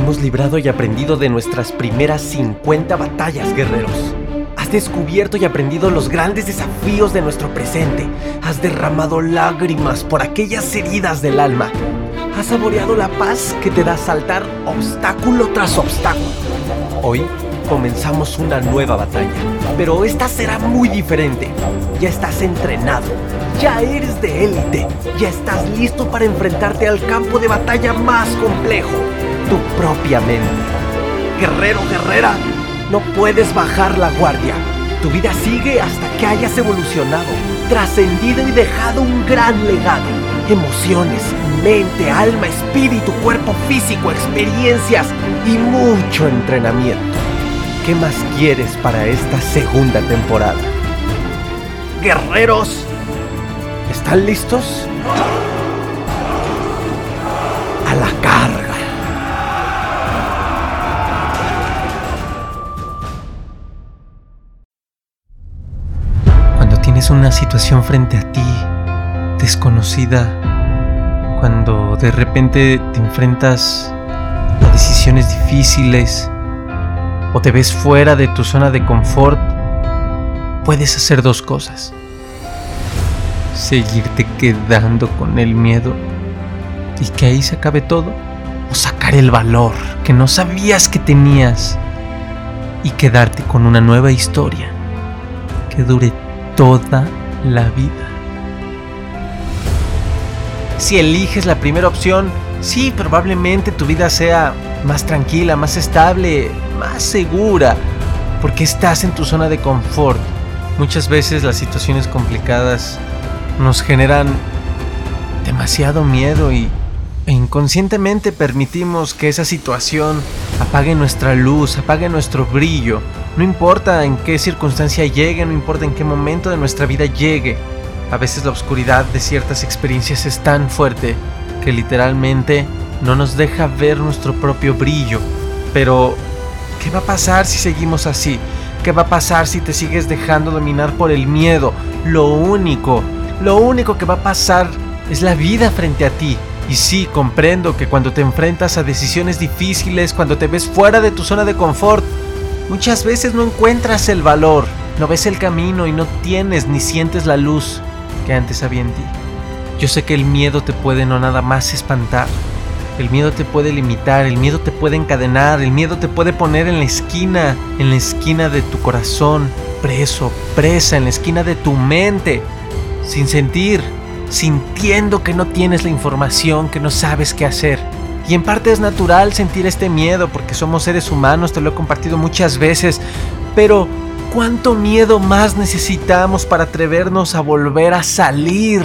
Hemos librado y aprendido de nuestras primeras 50 batallas, guerreros. Has descubierto y aprendido los grandes desafíos de nuestro presente. Has derramado lágrimas por aquellas heridas del alma. Has saboreado la paz que te da saltar obstáculo tras obstáculo. Hoy comenzamos una nueva batalla, pero esta será muy diferente. Ya estás entrenado, ya eres de élite, ya estás listo para enfrentarte al campo de batalla más complejo, tu propia mente. Guerrero, guerrera, no puedes bajar la guardia. Tu vida sigue hasta que hayas evolucionado, trascendido y dejado un gran legado. Emociones, mente, alma, espíritu, cuerpo físico, experiencias y mucho entrenamiento. ¿Qué más quieres para esta segunda temporada? Guerreros, ¿están listos? A la carga. Cuando tienes una situación frente a ti, desconocida, cuando de repente te enfrentas a decisiones difíciles o te ves fuera de tu zona de confort, puedes hacer dos cosas: seguirte quedando con el miedo y que ahí se acabe todo, o sacar el valor que no sabías que tenías y quedarte con una nueva historia que dure toda la vida. Si eliges la primera opción, sí, probablemente tu vida sea más tranquila, más estable, más segura, porque estás en tu zona de confort. Muchas veces las situaciones complicadas nos generan demasiado miedo e inconscientemente permitimos que esa situación apague nuestra luz, apague nuestro brillo. No importa en qué circunstancia llegue, no importa en qué momento de nuestra vida llegue. A veces la oscuridad de ciertas experiencias es tan fuerte que literalmente no nos deja ver nuestro propio brillo. Pero, ¿qué va a pasar si seguimos así? ¿Qué va a pasar si te sigues dejando dominar por el miedo? Lo único que va a pasar es la vida frente a ti. Y sí, comprendo que cuando te enfrentas a decisiones difíciles, cuando te ves fuera de tu zona de confort, muchas veces no encuentras el valor, no ves el camino y no tienes ni sientes la luz que antes había en ti. Yo sé que el miedo te puede no nada más espantar, el miedo te puede limitar, el miedo te puede encadenar, el miedo te puede poner en la esquina de tu corazón, preso, presa, en la esquina de tu mente, sin sentir, sintiendo que no tienes la información, que no sabes qué hacer. Y en parte es natural sentir este miedo porque somos seres humanos, te lo he compartido muchas veces, pero ¿cuánto miedo más necesitamos para atrevernos a volver a salir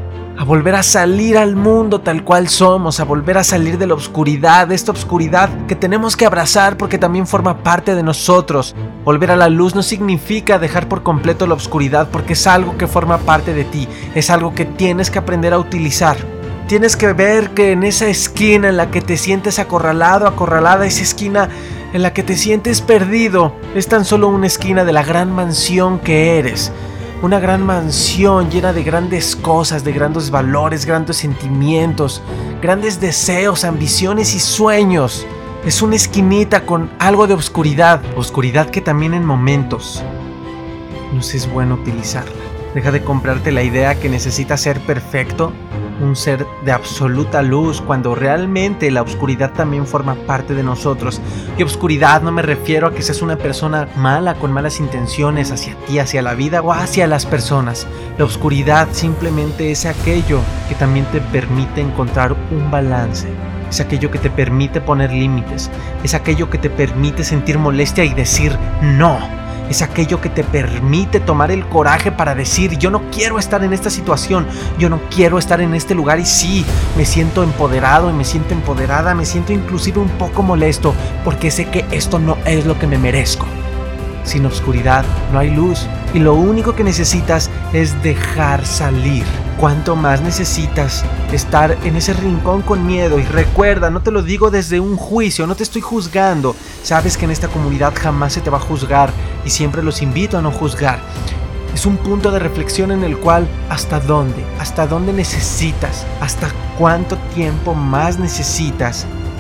al mundo tal cual somos, a volver a salir de la oscuridad, de esta oscuridad que tenemos que abrazar porque también forma parte de nosotros? Volver a la luz no significa dejar por completo la oscuridad, porque es algo que forma parte de ti, es algo que tienes que aprender a utilizar. Tienes que ver que en esa esquina en la que te sientes acorralado, acorralada, esa esquina en la que te sientes perdido, es tan solo una esquina de la gran mansión que eres. Una gran mansión llena de grandes cosas, de grandes valores, grandes sentimientos, grandes deseos, ambiciones y sueños. Es una esquinita con algo de oscuridad, oscuridad que también en momentos nos es bueno utilizarla. Deja de comprarte la idea que necesitas ser perfecto, un ser de absoluta luz, cuando realmente la oscuridad también forma parte de nosotros. Y oscuridad no me refiero a que seas una persona mala, con malas intenciones hacia ti, hacia la vida o hacia las personas. La oscuridad simplemente es aquello que también te permite encontrar un balance. Es aquello que te permite poner límites. Es aquello que te permite sentir molestia y decir no. Es aquello que te permite tomar el coraje para decir: yo no quiero estar en esta situación, yo no quiero estar en este lugar. Y sí, me siento empoderado y me siento empoderada, me siento inclusive un poco molesto porque sé que esto no es lo que me merezco. Sin oscuridad no hay luz y lo único que necesitas es dejar salir. ¿Cuánto más necesitas estar en ese rincón con miedo? Y recuerda, no te lo digo desde un juicio, no te estoy juzgando. Sabes que en esta comunidad jamás se te va a juzgar y siempre los invito a no juzgar. Es un punto de reflexión en el cual ¿hasta dónde necesitas? ¿Hasta cuánto tiempo más necesitas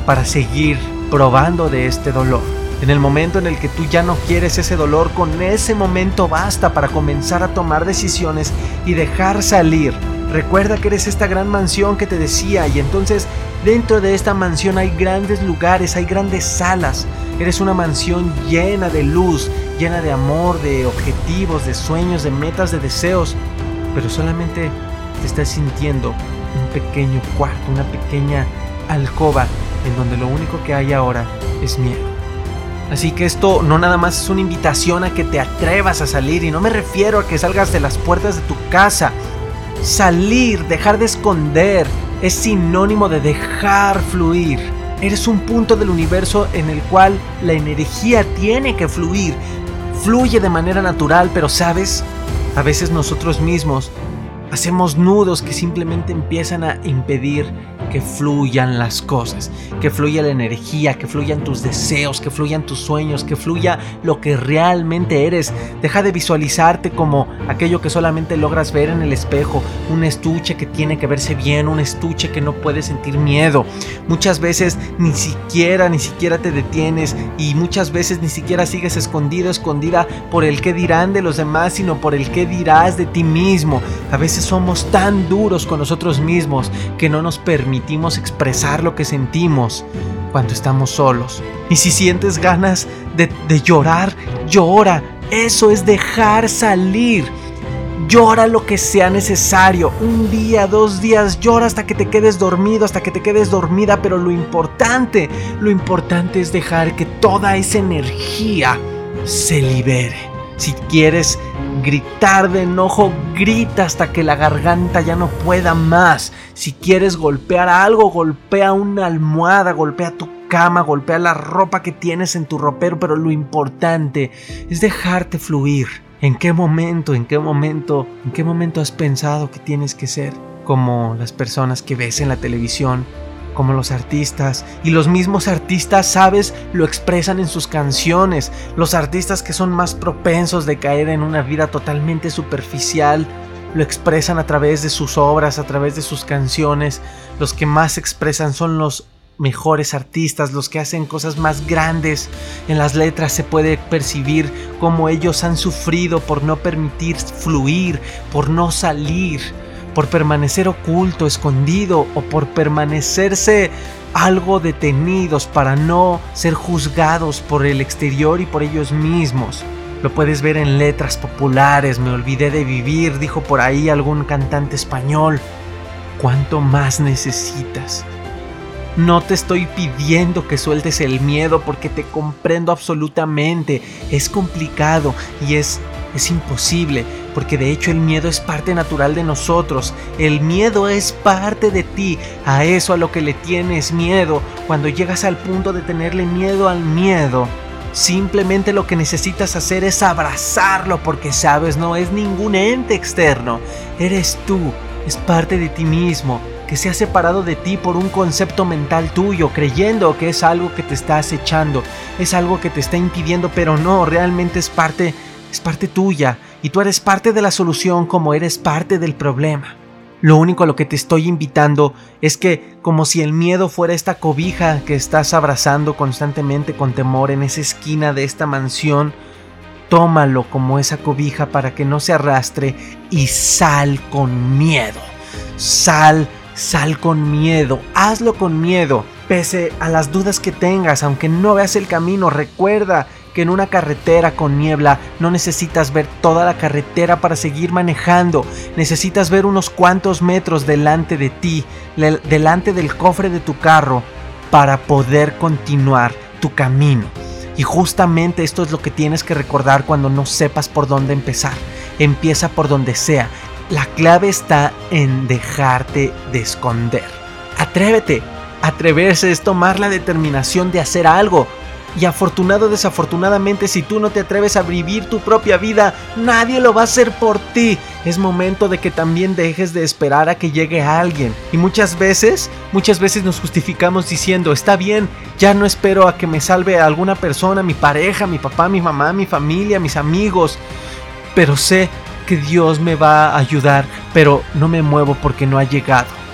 para seguir probando de este dolor. En el momento en el que tú ya no quieres ese dolor, con ese momento basta para comenzar a tomar decisiones y dejar salir. Recuerda que eres esta gran mansión que te decía, y entonces dentro de esta mansión hay grandes lugares, hay grandes salas. Eres una mansión llena de luz, llena de amor, de objetivos, de sueños, de metas, de deseos, pero solamente te estás sintiendo un pequeño cuarto, una pequeña alcoba en donde lo único que hay ahora es miedo. Así que esto no nada más es una invitación a que te atrevas a salir, y no me refiero a que salgas de las puertas de tu casa. Salir, dejar de esconder, es sinónimo de dejar fluir. Eres un punto del universo en el cual la energía tiene que fluir. Fluye de manera natural, pero ¿sabes? A veces nosotros mismos hacemos nudos que simplemente empiezan a impedir que fluyan las cosas, que fluya la energía, que fluyan tus deseos, que fluyan tus sueños, que fluya lo que realmente eres. Deja de visualizarte como aquello que solamente logras ver en el espejo, un estuche que tiene que verse bien, un estuche que no puede sentir miedo. Muchas veces ni siquiera te detienes, y muchas veces ni siquiera sigues escondida por el qué dirán de los demás, sino por el qué dirás de ti mismo. A veces somos tan duros con nosotros mismos que no nos permitimos expresar lo que sentimos cuando estamos solos. Y si sientes ganas de llorar, llora. Eso es dejar salir. Llora lo que sea necesario. Un día, 2 días, llora hasta que te quedes dormido, hasta que te quedes dormida. Pero lo importante es dejar que toda esa energía se libere. Si quieres gritar de enojo, grita hasta que la garganta ya no pueda más. Si quieres golpear algo, golpea una almohada, golpea tu cama, golpea la ropa que tienes en tu ropero, pero lo importante es dejarte fluir. ¿En qué momento has pensado que tienes que ser como las personas que ves en la televisión? Como los artistas, y los mismos artistas, ¿sabes?, lo expresan en sus canciones. Los artistas que son más propensos de caer en una vida totalmente superficial, lo expresan a través de sus obras, a través de sus canciones. Los que más expresan son los mejores artistas, los que hacen cosas más grandes. En las letras se puede percibir cómo ellos han sufrido por no permitir fluir, por no salir, por permanecer oculto, escondido, o por permanecerse algo detenidos para no ser juzgados por el exterior y por ellos mismos. Lo puedes ver en letras populares. Me olvidé de vivir, dijo por ahí algún cantante español. ¿Cuánto más necesitas? No te estoy pidiendo que sueltes el miedo, porque te comprendo absolutamente. Es complicado y es imposible, porque de hecho el miedo es parte natural de nosotros. El miedo es parte de ti. A eso a lo que le tienes miedo, cuando llegas al punto de tenerle miedo al miedo, simplemente lo que necesitas hacer es abrazarlo, porque sabes, no es ningún ente externo, eres tú, es parte de ti mismo, que se ha separado de ti por un concepto mental tuyo, creyendo que es algo que te está acechando, es algo que te está impidiendo, pero no, realmente es parte tuya, y tú eres parte de la solución como eres parte del problema. Lo único a lo que te estoy invitando es que, como si el miedo fuera esta cobija que estás abrazando constantemente con temor en esa esquina de esta mansión, tómalo como esa cobija para que no se arrastre y sal con miedo. Sal con miedo, hazlo con miedo, pese a las dudas que tengas, aunque no veas el camino. Recuerda que en una carretera con niebla no necesitas ver toda la carretera para seguir manejando. Necesitas ver unos cuantos metros delante de ti, delante del cofre de tu carro, para poder continuar tu camino. Y justamente esto es lo que tienes que recordar cuando no sepas por dónde empezar. Empieza por donde sea. La clave está en dejarte de esconder. Atrévete. Atreverse es tomar la determinación de hacer algo. Y afortunado o desafortunadamente, si tú no te atreves a vivir tu propia vida, nadie lo va a hacer por ti. Es momento de que también dejes de esperar a que llegue alguien. Y muchas veces nos justificamos diciendo, está bien, ya no espero a que me salve alguna persona, mi pareja, mi papá, mi mamá, mi familia, mis amigos. Pero sé que Dios me va a ayudar, pero no me muevo porque no ha llegado.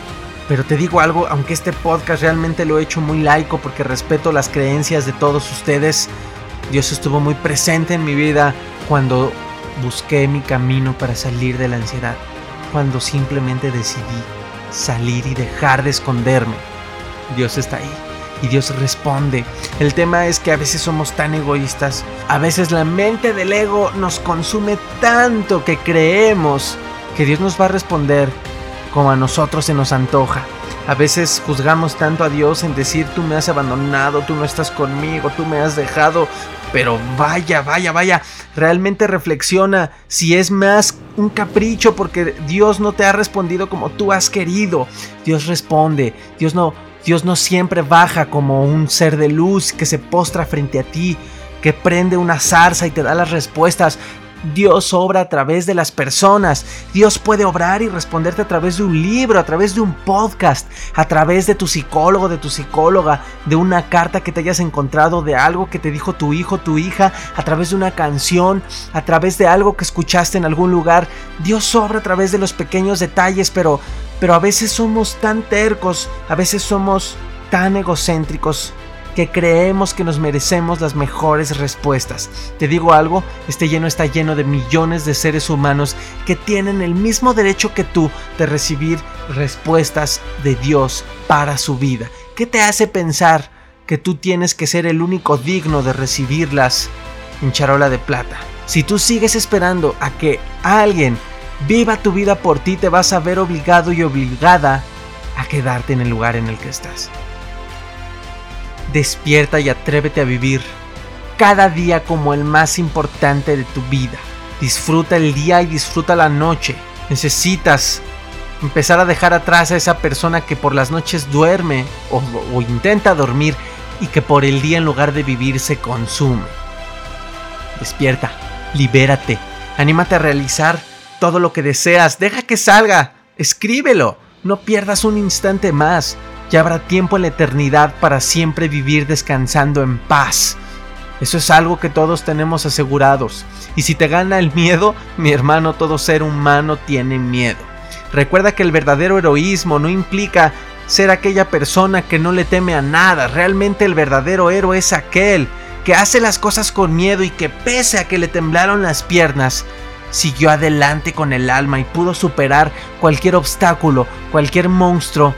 Pero te digo algo, aunque este podcast realmente lo he hecho muy laico porque respeto las creencias de todos ustedes, Dios estuvo muy presente en mi vida cuando busqué mi camino para salir de la ansiedad, cuando simplemente decidí salir y dejar de esconderme. Dios está ahí y Dios responde. El tema es que a veces somos tan egoístas, a veces la mente del ego nos consume tanto que creemos que Dios nos va a responder como a nosotros se nos antoja. A veces juzgamos tanto a Dios en decir: tú me has abandonado, tú no estás conmigo, tú me has dejado. Pero vaya, realmente reflexiona si es más un capricho porque Dios no te ha respondido como tú has querido. Dios responde. Dios no siempre baja como un ser de luz que se postra frente a ti, que prende una zarza y te da las respuestas. Dios obra a través de las personas. Dios puede obrar y responderte a través de un libro, a través de un podcast, a través de tu psicólogo, de tu psicóloga, de una carta que te hayas encontrado, de algo que te dijo tu hijo, tu hija, a través de una canción, a través de algo que escuchaste en algún lugar. Dios obra a través de los pequeños detalles, pero a veces somos tan tercos, a veces somos tan egocéntricos que creemos que nos merecemos las mejores respuestas. Te digo algo, este lleno está lleno de millones de seres humanos que tienen el mismo derecho que tú de recibir respuestas de Dios para su vida. ¿Qué te hace pensar que tú tienes que ser el único digno de recibirlas en charola de plata? Si tú sigues esperando a que alguien viva tu vida por ti, te vas a ver obligado y obligada a quedarte en el lugar en el que estás. Despierta y atrévete a vivir cada día como el más importante de tu vida. Disfruta el día y disfruta la noche. Necesitas empezar a dejar atrás a esa persona que por las noches duerme o intenta dormir y que por el día en lugar de vivir se consume. Despierta, libérate, anímate a realizar todo lo que deseas. Deja que salga, escríbelo, no pierdas un instante más. Ya habrá tiempo en la eternidad para siempre vivir descansando en paz. Eso es algo que todos tenemos asegurados. Y si te gana el miedo, mi hermano, todo ser humano tiene miedo. Recuerda que el verdadero heroísmo no implica ser aquella persona que no le teme a nada. Realmente el verdadero héroe es aquel que hace las cosas con miedo y que pese a que le temblaron las piernas, siguió adelante con el alma y pudo superar cualquier obstáculo, cualquier monstruo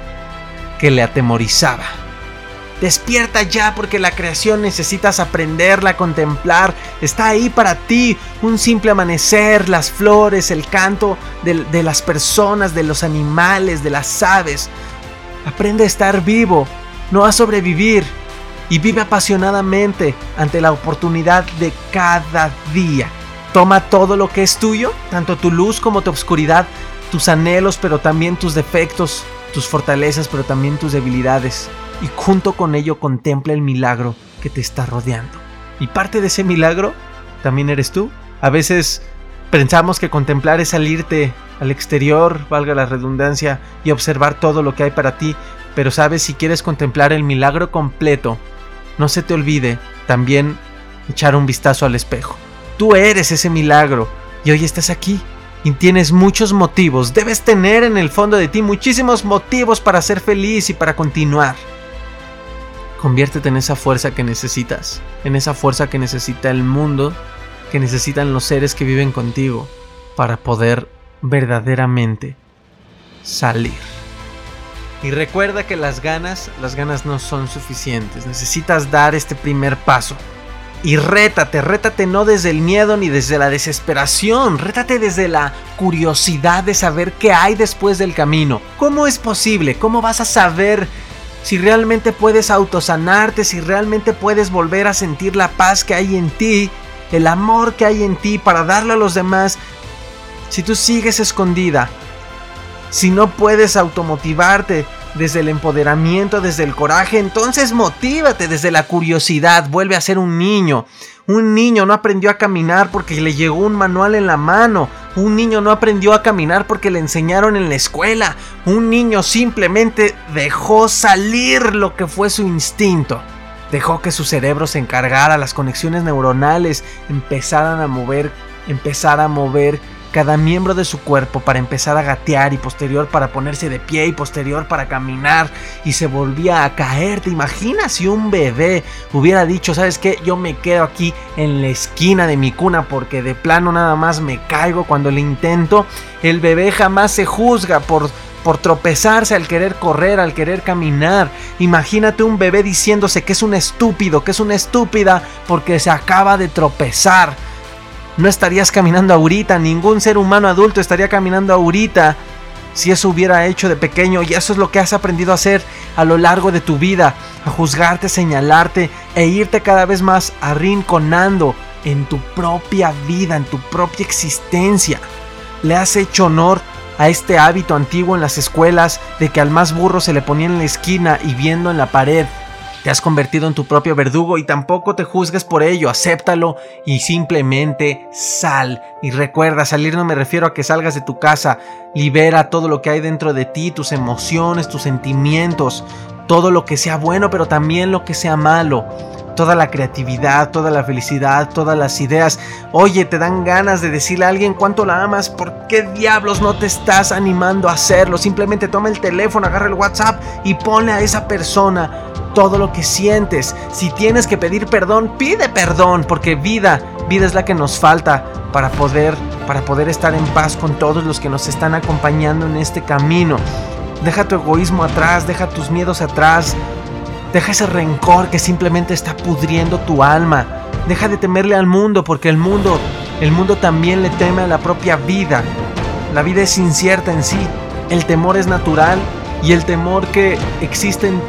que le atemorizaba. Despierta ya, porque la creación necesitas aprenderla a contemplar. Está ahí para ti, un simple amanecer, las flores, el canto de las personas, de los animales, de las aves. Aprende a estar vivo, no a sobrevivir, y vive apasionadamente ante la oportunidad de cada día. Toma todo lo que es tuyo, tanto tu luz como tu oscuridad, tus anhelos, pero también tus defectos, tus fortalezas, pero también tus debilidades, y junto con ello contempla el milagro que te está rodeando. Y parte de ese milagro también eres tú. A veces pensamos que contemplar es salirte al exterior, valga la redundancia, y observar todo lo que hay para ti, pero sabes, si quieres contemplar el milagro completo, no se te olvide también echar un vistazo al espejo. Tú eres ese milagro y hoy estás aquí. Y tienes muchos motivos, debes tener en el fondo de ti muchísimos motivos para ser feliz y para continuar. Conviértete en esa fuerza que necesitas, en esa fuerza que necesita el mundo, que necesitan los seres que viven contigo para poder verdaderamente salir. Y recuerda que las ganas no son suficientes, necesitas dar este primer paso. Y rétate no desde el miedo ni desde la desesperación, rétate desde la curiosidad de saber qué hay después del camino. ¿Cómo es posible? ¿Cómo vas a saber si realmente puedes autosanarte, si realmente puedes volver a sentir la paz que hay en ti, el amor que hay en ti para darle a los demás? Si tú sigues escondida, si no puedes automotivarte desde el empoderamiento, desde el coraje, entonces motívate desde la curiosidad. Vuelve a ser un niño. Un niño no aprendió a caminar porque le llegó un manual en la mano. Un niño no aprendió a caminar porque le enseñaron en la escuela. Un niño simplemente dejó salir lo que fue su instinto. Dejó que su cerebro se encargara, las conexiones neuronales empezara a mover cada miembro de su cuerpo para empezar a gatear y posterior para ponerse de pie y posterior para caminar y se volvía a caer. ¿Te imaginas si un bebé hubiera dicho, ¿sabes qué? Yo me quedo aquí en la esquina de mi cuna porque de plano nada más me caigo cuando lo intento? El bebé jamás se juzga por tropezarse al querer correr, al querer caminar. Imagínate un bebé diciéndose que es un estúpido, que es una estúpida porque se acaba de tropezar. No estarías caminando ahorita, ningún ser humano adulto estaría caminando ahorita si eso hubiera hecho de pequeño, y eso es lo que has aprendido a hacer a lo largo de tu vida, a juzgarte, señalarte e irte cada vez más arrinconando en tu propia vida, en tu propia existencia. Le has hecho honor a este hábito antiguo en las escuelas de que al más burro se le ponía en la esquina y viendo en la pared. Te has convertido en tu propio verdugo y tampoco te juzgues por ello, acéptalo y simplemente sal. Y recuerda, salir no me refiero a que salgas de tu casa, libera todo lo que hay dentro de ti, tus emociones, tus sentimientos, todo lo que sea bueno pero también lo que sea malo. Toda la creatividad, toda la felicidad, todas las ideas. Oye, te dan ganas de decirle a alguien cuánto la amas. ¿Por qué diablos no te estás animando a hacerlo? Simplemente toma el teléfono, agarra el WhatsApp y ponle a esa persona todo lo que sientes. Si tienes que pedir perdón, pide perdón, porque vida es la que nos falta para poder estar en paz con todos los que nos están acompañando en este camino. Deja tu egoísmo atrás, deja tus miedos atrás. Deja ese rencor que simplemente está pudriendo tu alma. Deja de temerle al mundo, porque el mundo también le teme a la propia vida. La vida es incierta en sí. El temor es natural, y el temor que existe en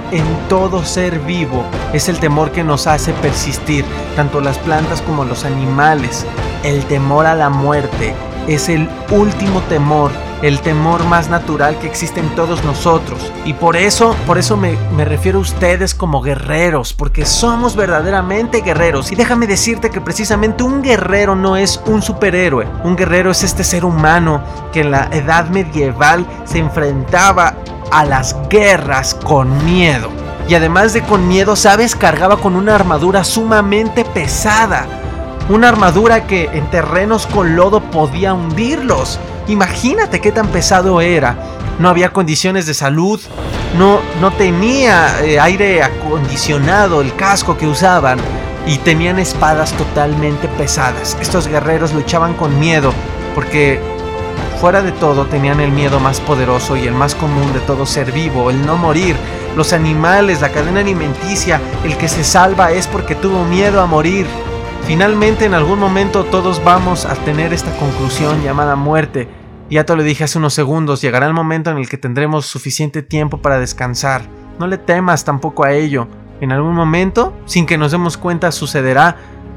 todo ser vivo es el temor que nos hace persistir, tanto las plantas como los animales. El temor a la muerte es el último temor, el temor más natural que existe en todos nosotros. Y por eso me refiero a ustedes como guerreros, porque somos verdaderamente guerreros. Y déjame decirte que precisamente un guerrero no es un superhéroe. Un guerrero es este ser humano que en la edad medieval se enfrentaba a las guerras con miedo. Y además de con miedo, ¿sabes? Cargaba con una armadura sumamente pesada. Una armadura que en terrenos con lodo podía hundirlos. Imagínate qué tan pesado era. No había condiciones de salud, no tenía aire acondicionado el casco que usaban, y tenían espadas totalmente pesadas. Estos guerreros luchaban con miedo porque fuera de todo tenían el miedo más poderoso y el más común de todo ser vivo, el no morir. Los animales, la cadena alimenticia, el que se salva es porque tuvo miedo a morir. Finalmente, en algún momento todos vamos a tener esta conclusión llamada muerte. Ya te lo dije hace unos segundos, llegará el momento en el que tendremos suficiente tiempo para descansar. No le temas tampoco a ello. En algún momento, sin que nos demos cuenta, sucederá.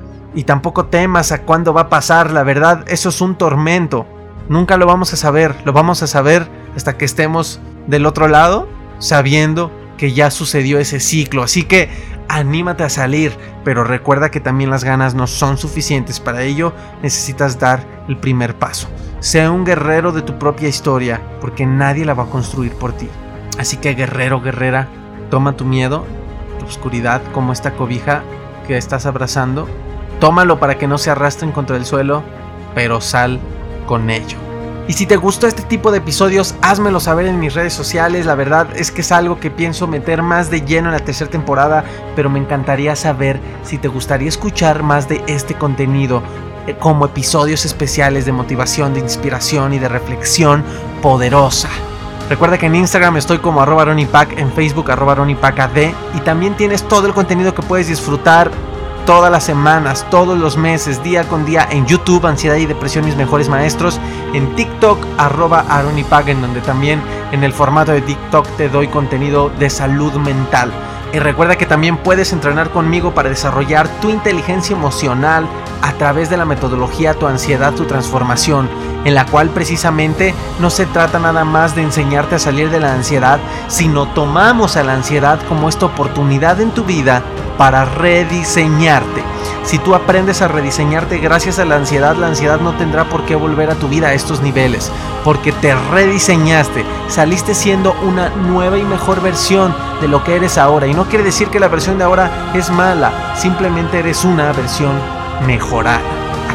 Y tampoco temas a cuándo va a pasar. La verdad, eso es un tormento. Nunca lo vamos a saber. Lo vamos a saber hasta que estemos del otro lado, sabiendo que ya sucedió ese ciclo. Así que anímate a salir, pero recuerda que también las ganas no son suficientes. Para ello necesitas dar el primer paso. Sea un guerrero de tu propia historia, porque nadie la va a construir por ti. Así que guerrero, guerrera, toma tu miedo, tu oscuridad como esta cobija que estás abrazando. Tómalo para que no se arrastren contra el suelo, pero sal con ello. Y si te gustó este tipo de episodios, házmelo saber en mis redes sociales. La verdad es que es algo que pienso meter más de lleno en la tercera temporada, pero me encantaría saber si te gustaría escuchar más de este contenido, como episodios especiales de motivación, de inspiración y de reflexión poderosa. Recuerda que en Instagram estoy como @aronipac, en Facebook @aronipacad, y también tienes todo el contenido que puedes disfrutar todas las semanas, todos los meses, día con día, en YouTube, Ansiedad y Depresión, mis mejores maestros, en TikTok, @aronipac, en donde también en el formato de TikTok te doy contenido de salud mental. Y recuerda que también puedes entrenar conmigo para desarrollar tu inteligencia emocional a través de la metodología Tu Ansiedad, Tu Transformación, en la cual precisamente no se trata nada más de enseñarte a salir de la ansiedad, sino tomamos a la ansiedad como esta oportunidad en tu vida para rediseñarte. Si tú aprendes a rediseñarte gracias a la ansiedad no tendrá por qué volver a tu vida a estos niveles, porque te rediseñaste, saliste siendo una nueva y mejor versión de lo que eres ahora. Y no quiere decir que la versión de ahora es mala, simplemente eres una versión mejorada.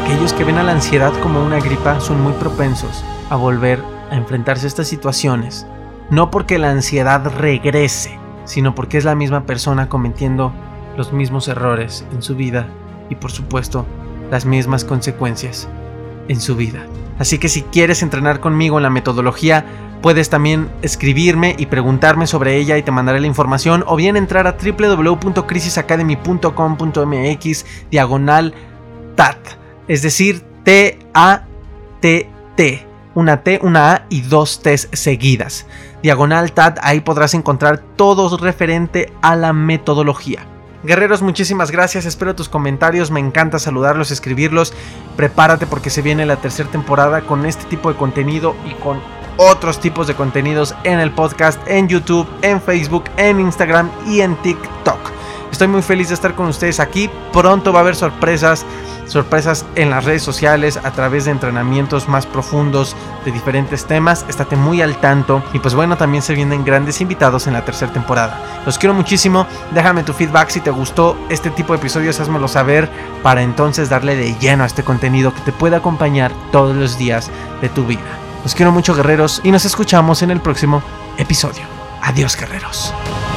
aquellos que ven a la ansiedad como una gripa son muy propensos a volver a enfrentarse a estas situaciones, no porque la ansiedad regrese, sino porque es la misma persona cometiendo los mismos errores en su vida y, por supuesto, las mismas consecuencias en su vida. Así que si quieres entrenar conmigo en la metodología, puedes también escribirme y preguntarme sobre ella y te mandaré la información, o bien entrar a www.crisisacademy.com.mx/TAT, es decir, TATT, una T, una A y 2 T's seguidas. /TAT, ahí podrás encontrar todo referente a la metodología. Guerreros, muchísimas gracias, espero tus comentarios, me encanta saludarlos, escribirlos. Prepárate porque se viene la tercera temporada con este tipo de contenido y con otros tipos de contenidos en el podcast, en YouTube, en Facebook, en Instagram y en TikTok. Estoy muy feliz de estar con ustedes aquí. Pronto va a haber sorpresas en las redes sociales a través de entrenamientos más profundos de diferentes temas. Estate muy al tanto. Y pues bueno, también se vienen grandes invitados en la tercera temporada. Los quiero muchísimo. Déjame tu feedback si te gustó este tipo de episodios. Házmelo saber para entonces darle de lleno a este contenido que te puede acompañar todos los días de tu vida. Los quiero mucho, guerreros, y nos escuchamos en el próximo episodio. Adiós, guerreros.